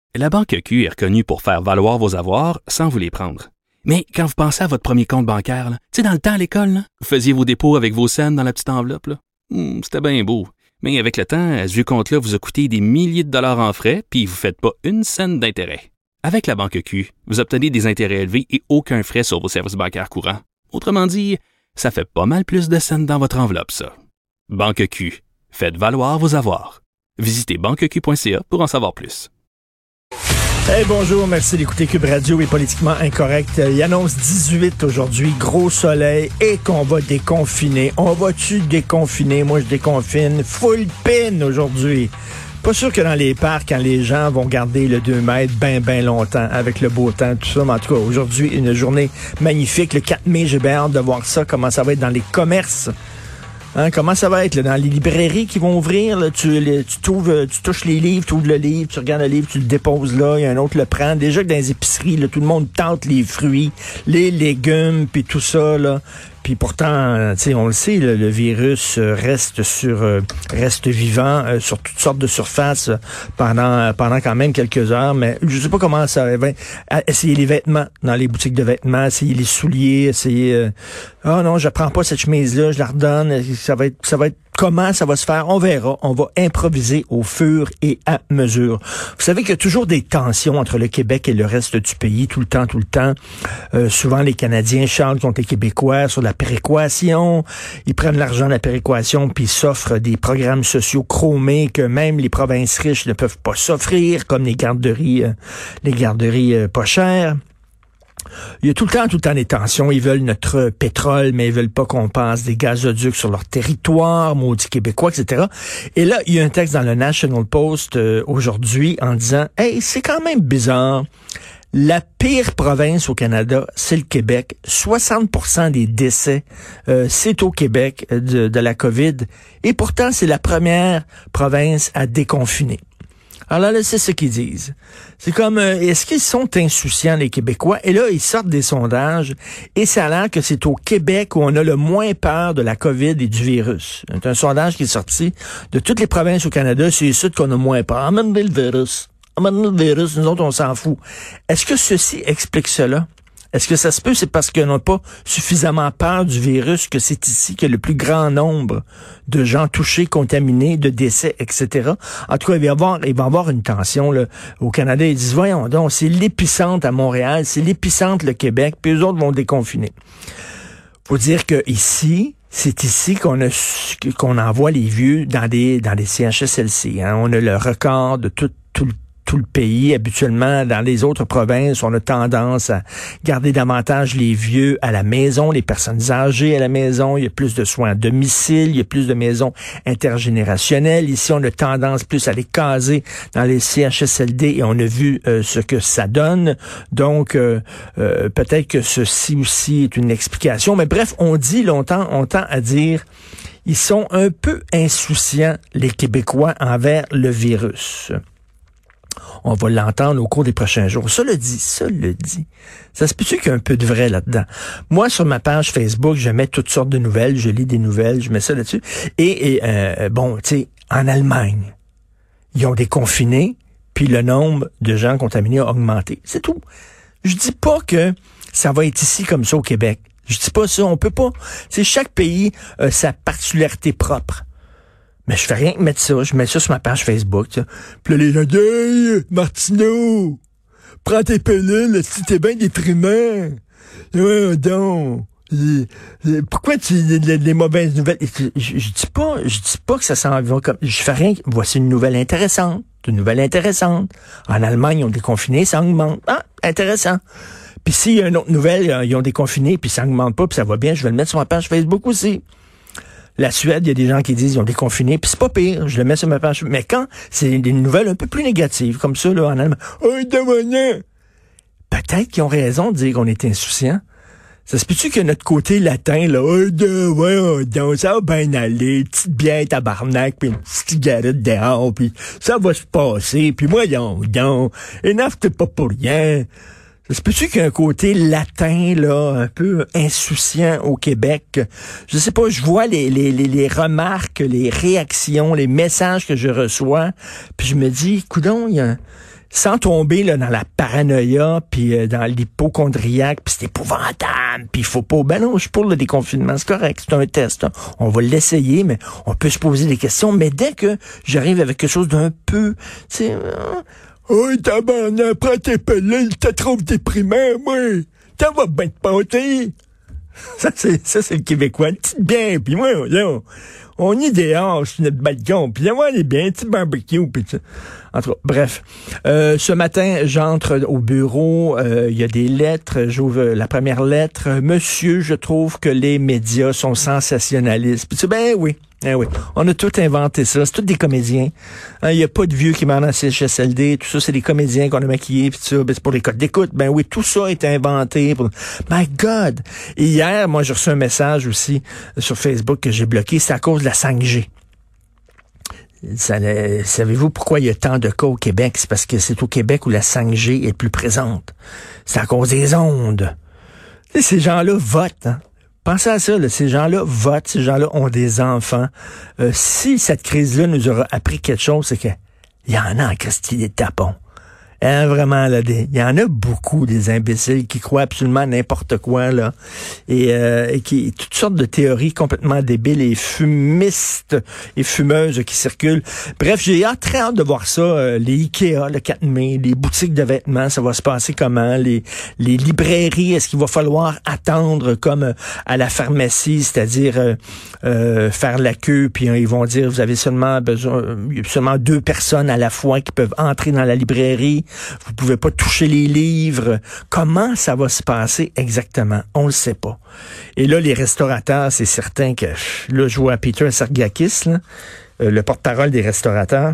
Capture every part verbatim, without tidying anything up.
La Banque Q est reconnue pour faire valoir vos avoirs sans vous les prendre. Mais quand vous pensez à votre premier compte bancaire, tu sais, dans le temps à l'école, là, vous faisiez vos dépôts avec vos scènes dans la petite enveloppe. Là. Hum, c'était bien beau. Mais avec le temps, ce vieux compte-là vous a coûté des milliers de dollars en frais, puis vous ne faites pas une scène d'intérêt. Avec la Banque Q, vous obtenez des intérêts élevés et aucun frais sur vos services bancaires courants. Autrement dit, ça fait pas mal plus de scènes dans votre enveloppe, ça. Banque Q. Faites valoir vos avoirs. Visitez banque q point c a pour en savoir plus. Hey, bonjour, merci d'écouter Cube Radio et Politiquement Incorrect. Il annonce dix-huit aujourd'hui, gros soleil, et qu'on va déconfiner. On va-tu déconfiner? Moi, je déconfine. Full pin aujourd'hui. Pas sûr que dans les parcs, quand les gens vont garder le deux mètres bien, bien longtemps avec le beau temps, tout ça. Mais en tout cas, aujourd'hui, une journée magnifique. Le quatre mai, j'ai bien hâte de voir ça, comment ça va être dans les commerces. Hein, comment ça va être là, dans les librairies qui vont ouvrir? Là, tu, les, tu, trouves, tu touches les livres, tu ouvres le livre, tu regardes le livre, tu le déposes là, il y a un autre le prend. Déjà que dans les épiceries, là, tout le monde tente les fruits, les légumes, puis tout ça. Là. Puis pourtant, tu sais, on le sait, le, le virus reste sur euh, reste vivant euh, sur toutes sortes de surfaces euh, pendant pendant quand même quelques heures. Mais je sais pas comment ça va. Essayer les vêtements dans les boutiques de vêtements, essayer les souliers, essayer. Euh, ah non, je prends pas cette chemise-là, je la redonne. Ça va être ça va être comment ça va se faire, on verra. On va improviser au fur et à mesure. Vous savez qu'il y a toujours des tensions entre le Québec et le reste du pays, tout le temps, tout le temps. Euh, souvent, les Canadiens charlent contre les Québécois sur la péréquation. Ils prennent l'argent de la péréquation puis ils s'offrent des programmes sociaux chromés que même les provinces riches ne peuvent pas s'offrir, comme les garderies, euh, les garderies euh, pas chères. Il y a tout le temps, tout le temps des tensions. Ils veulent notre pétrole, mais ils veulent pas qu'on passe des gazoducs sur leur territoire, maudits Québécois, et cetera. Et là, il y a un texte dans le National Post euh, aujourd'hui en disant « Hey, c'est quand même bizarre. La pire province au Canada, c'est le Québec. soixante pour cent des décès, euh, c'est au Québec euh, de, de la COVID. Et pourtant, c'est la première province à déconfiner. » Alors là, c'est ce qu'ils disent. C'est comme, euh, est-ce qu'ils sont insouciants, les Québécois? Et là, ils sortent des sondages et ça a l'air que c'est au Québec où on a le moins peur de la COVID et du virus. C'est un sondage qui est sorti de toutes les provinces au Canada. C'est ici qu'on a moins peur. Amenez le virus. Amenez le virus. Nous autres, on s'en fout. Est-ce que ceci explique cela? Est-ce que ça se peut, c'est parce qu'on n'a pas suffisamment peur du virus que c'est ici qu'il y a le plus grand nombre de gens touchés, contaminés, de décès, et cetera. En tout cas, il va y avoir, il va y avoir une tension là. Au Canada. Ils disent, voyons donc, c'est l'épicentre à Montréal, c'est l'épicentre le Québec, puis eux autres vont déconfiner. Faut dire que ici, c'est ici qu'on a qu'on envoie les vieux dans des dans des C H S L C. Hein. On a le record de tout tout le tout le pays. Habituellement, dans les autres provinces, on a tendance à garder davantage les vieux à la maison, les personnes âgées à la maison. Il y a plus de soins à domicile, il y a plus de maisons intergénérationnelles. Ici, on a tendance plus à les caser dans les C H S L D et on a vu euh, ce que ça donne. Donc, euh, euh, peut-être que ceci aussi est une explication. Mais bref, on dit longtemps, on tend à dire ils sont un peu insouciants, les Québécois, envers le virus. On va l'entendre au cours des prochains jours. Ça le dit, ça le dit. Ça se peut-tu qu'il y a un peu de vrai là-dedans? Moi, sur ma page Facebook, je mets toutes sortes de nouvelles, je lis des nouvelles, je mets ça là-dessus. Et, et euh, bon, tu sais, en Allemagne, ils ont déconfiné, puis le nombre de gens contaminés a augmenté. C'est tout. Je dis pas que ça va être ici comme ça au Québec. Je dis pas ça, on peut pas. Tu sais, chaque pays a sa particularité propre. Mais je fais rien que mettre ça. Je mets ça sur ma page Facebook. Tu sais. Puis là, les gens disent « Hey, Martineau, prends tes pilules, si t'es bien déprimant. Ouais, donc. Pourquoi tu les, les mauvaises nouvelles? » Je, je, je dis pas, je dis pas que ça s'en va comme. Je fais rien. Voici une nouvelle intéressante. Une nouvelle intéressante. En Allemagne, ils ont déconfiné, ça augmente. Ah, intéressant. Puis s'il y a une autre nouvelle, ils ont déconfiné, puis ça augmente pas, puis ça va bien, je vais le mettre sur ma page Facebook aussi. La Suède, il y a des gens qui disent qu'ils ont déconfiné, puis c'est pas pire, je le mets sur ma page. Mais quand c'est des nouvelles un peu plus négatives, comme ça, là, en Allemagne, « Oh, demandez! » Peut-être qu'ils ont raison de dire qu'on est insouciant. Ça se peut-tu que notre côté latin, là, « Oh, de, ouais, donc, ça va bien aller, petite bière tabarnak, puis une petite cigarette dehors, puis ça va se passer, puis moi, donc, donc, enough, t'es pas pour rien. » Ça se peut-tu qu'il y a un côté latin, là, un peu insouciant au Québec? Je sais pas, je vois les, les, les, les remarques, les réactions, les messages que je reçois, puis je me dis, coudonc, il y a, sans tomber là, dans la paranoïa, puis euh, dans l'hypochondriaque, puis c'est épouvantable, puis il faut pas... Ben non, je suis pour le déconfinement, c'est correct, c'est un test. Hein. On va l'essayer, mais on peut se poser des questions. Mais dès que j'arrive avec quelque chose d'un peu... tu sais, euh, oh, tabarnak, prends tes pilules, t'es trop déprimant, moi. T'en vas bien te pâter. Ça, c'est, ça, c'est le Québécois. Une petite bien, puis moi, là, on est dehors sur notre balcon, puis là, on est bien, un petit barbecue, puis ça. En tout cas, bref. Euh, ce matin, j'entre au bureau, il euh, y a des lettres, j'ouvre la première lettre. Monsieur, je trouve que les médias sont sensationnalistes. Puis tu sais, ben oui. Eh oui, on a tout inventé ça. C'est tous des comédiens. Il hein, n'y a pas de vieux qui meurent en C H S L D. Tout ça, c'est des comédiens qu'on a maquillés. Puis tout ça, ben, c'est pour les codes d'écoute. Ben oui, tout ça est inventé. Pour... My God! Et hier, moi, j'ai reçu un message aussi sur Facebook que j'ai bloqué. C'est à cause de la cinq G. Ça, euh, savez-vous pourquoi il y a tant de cas au Québec? C'est parce que c'est au Québec où la cinq G est plus présente. C'est à cause des ondes. Et ces gens-là votent, hein? Pensez à ça, là, ces gens-là votent, ces gens-là ont des enfants. Euh, si cette crise-là nous aura appris quelque chose, c'est qu'il y en a en Christie des tapons. Hein, vraiment, là, il y en a beaucoup des imbéciles qui croient absolument n'importe quoi, là, et, euh, et qui toutes sortes de théories complètement débiles et fumistes et fumeuses qui circulent. Bref, j'ai hâte, très hâte de voir ça, euh, les Ikea le quatre mai, les boutiques de vêtements, ça va se passer comment, les, les librairies, est-ce qu'il va falloir attendre comme euh, à la pharmacie, c'est-à-dire euh, euh, faire la queue, puis euh, ils vont dire, vous avez seulement besoin, euh, seulement deux personnes à la fois qui peuvent entrer dans la librairie. Vous pouvez pas toucher les livres. Comment ça va se passer exactement? On le sait pas. Et là, les restaurateurs, c'est certain que... Là, je vois Peter Sergakis, là, euh, le porte-parole des restaurateurs,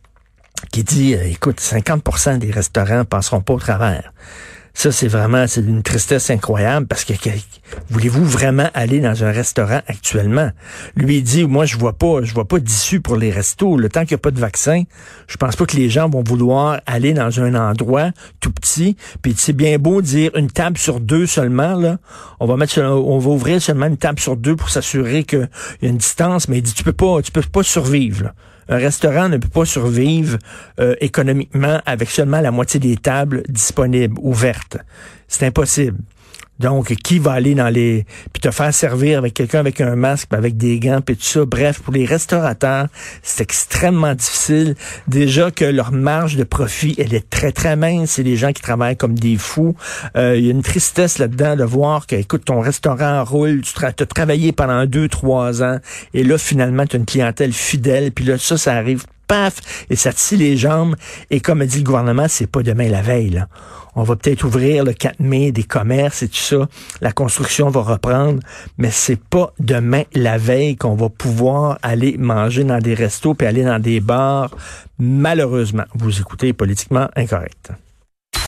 qui dit, euh, écoute, cinquante pour cent des restaurants passeront pas au travers. Ça, c'est vraiment, c'est une tristesse incroyable parce que, que voulez-vous vraiment aller dans un restaurant actuellement? Lui, il dit, moi, je vois pas, je vois pas d'issue pour les restos. Le temps qu'il n'y a pas de vaccin, je pense pas que les gens vont vouloir aller dans un endroit tout petit. Puis c'est bien beau dire une table sur deux seulement, là. On va mettre, on va ouvrir seulement une table sur deux pour s'assurer qu'il y a une distance. Mais il dit, tu peux pas, tu peux pas survivre, là. Un restaurant ne peut pas survivre euh, économiquement avec seulement la moitié des tables disponibles, ouvertes. C'est impossible. Donc, qui va aller dans les... puis te faire servir avec quelqu'un avec un masque, avec des gants, puis tout ça. Bref, pour les restaurateurs, c'est extrêmement difficile. Déjà que leur marge de profit, elle est très, très mince. C'est des gens qui travaillent comme des fous. Euh, il y a une tristesse là-dedans de voir que, écoute, ton restaurant roule, tu tra- as travaillé pendant deux, trois ans, et là, finalement, tu as une clientèle fidèle, puis là, ça, ça arrive, paf, et ça te scie les jambes. Et comme a dit le gouvernement, c'est pas demain la veille, là. On va peut-être ouvrir le quatre mai des commerces et tout ça. La construction va reprendre, mais c'est pas demain la veille qu'on va pouvoir aller manger dans des restos puis aller dans des bars. Malheureusement, vous écoutez Politiquement Incorrect.